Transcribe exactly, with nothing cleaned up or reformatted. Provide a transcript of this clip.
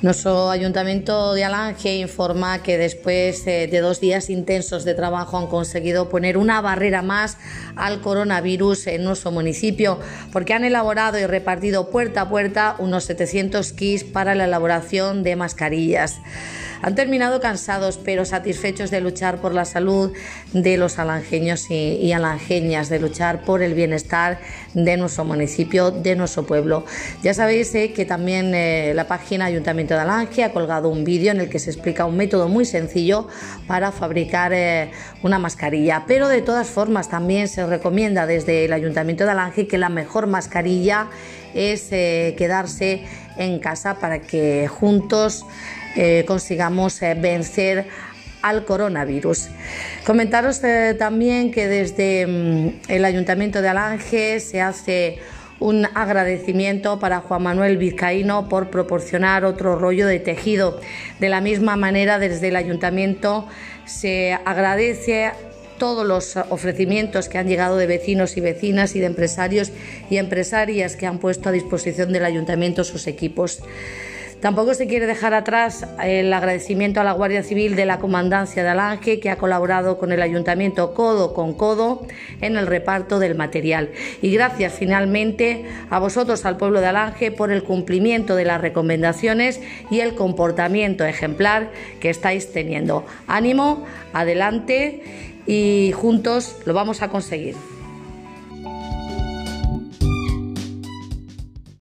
Nuestro Ayuntamiento de Alange informa que después de dos días intensos de trabajo han conseguido poner una barrera más al coronavirus en nuestro municipio, porque han elaborado y repartido puerta a puerta unos setecientos kits para la elaboración de mascarillas. Han terminado cansados pero satisfechos de luchar por la salud de los alangeños y, y alangeñas, de luchar por el bienestar de nuestro municipio, de nuestro pueblo. Ya sabéis eh, que también eh, la página Ayuntamiento de Alange ha colgado un vídeo en el que se explica un método muy sencillo para fabricar eh, una mascarilla, pero de todas formas también se recomienda desde el Ayuntamiento de Alange que la mejor mascarilla es eh, quedarse en casa para que juntos eh, consigamos eh, vencer al coronavirus. Comentaros eh, también que desde mm, el Ayuntamiento de Alange se hace un agradecimiento para Juan Manuel Vizcaíno por proporcionar otro rollo de tejido. De la misma manera, desde el Ayuntamiento se agradece todos los ofrecimientos que han llegado de vecinos y vecinas y de empresarios y empresarias que han puesto a disposición del Ayuntamiento sus equipos. Tampoco se quiere dejar atrás el agradecimiento a la Guardia Civil de la Comandancia de Alange, que ha colaborado con el Ayuntamiento codo con codo en el reparto del material. Y gracias finalmente a vosotros, al pueblo de Alange, por el cumplimiento de las recomendaciones y el comportamiento ejemplar que estáis teniendo. Ánimo, adelante y juntos lo vamos a conseguir.